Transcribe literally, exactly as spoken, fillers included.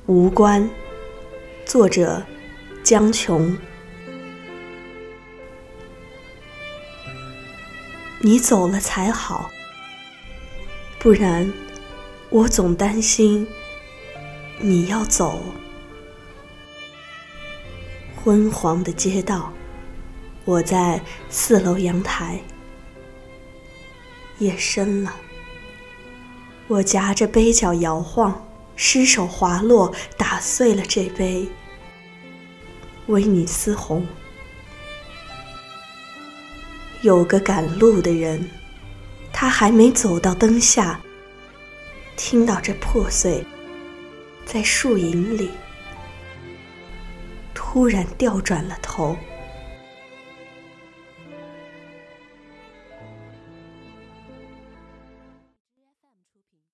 无关。作者江琼。你走了才好，不然我总担心你要走。昏黄的街道，我在四楼阳台。夜深了，我夹着杯角摇晃，失手滑落，打碎了这杯威尼斯红。有个赶路的人，他还没走到灯下，听到这破碎，在树影里突然调转了头。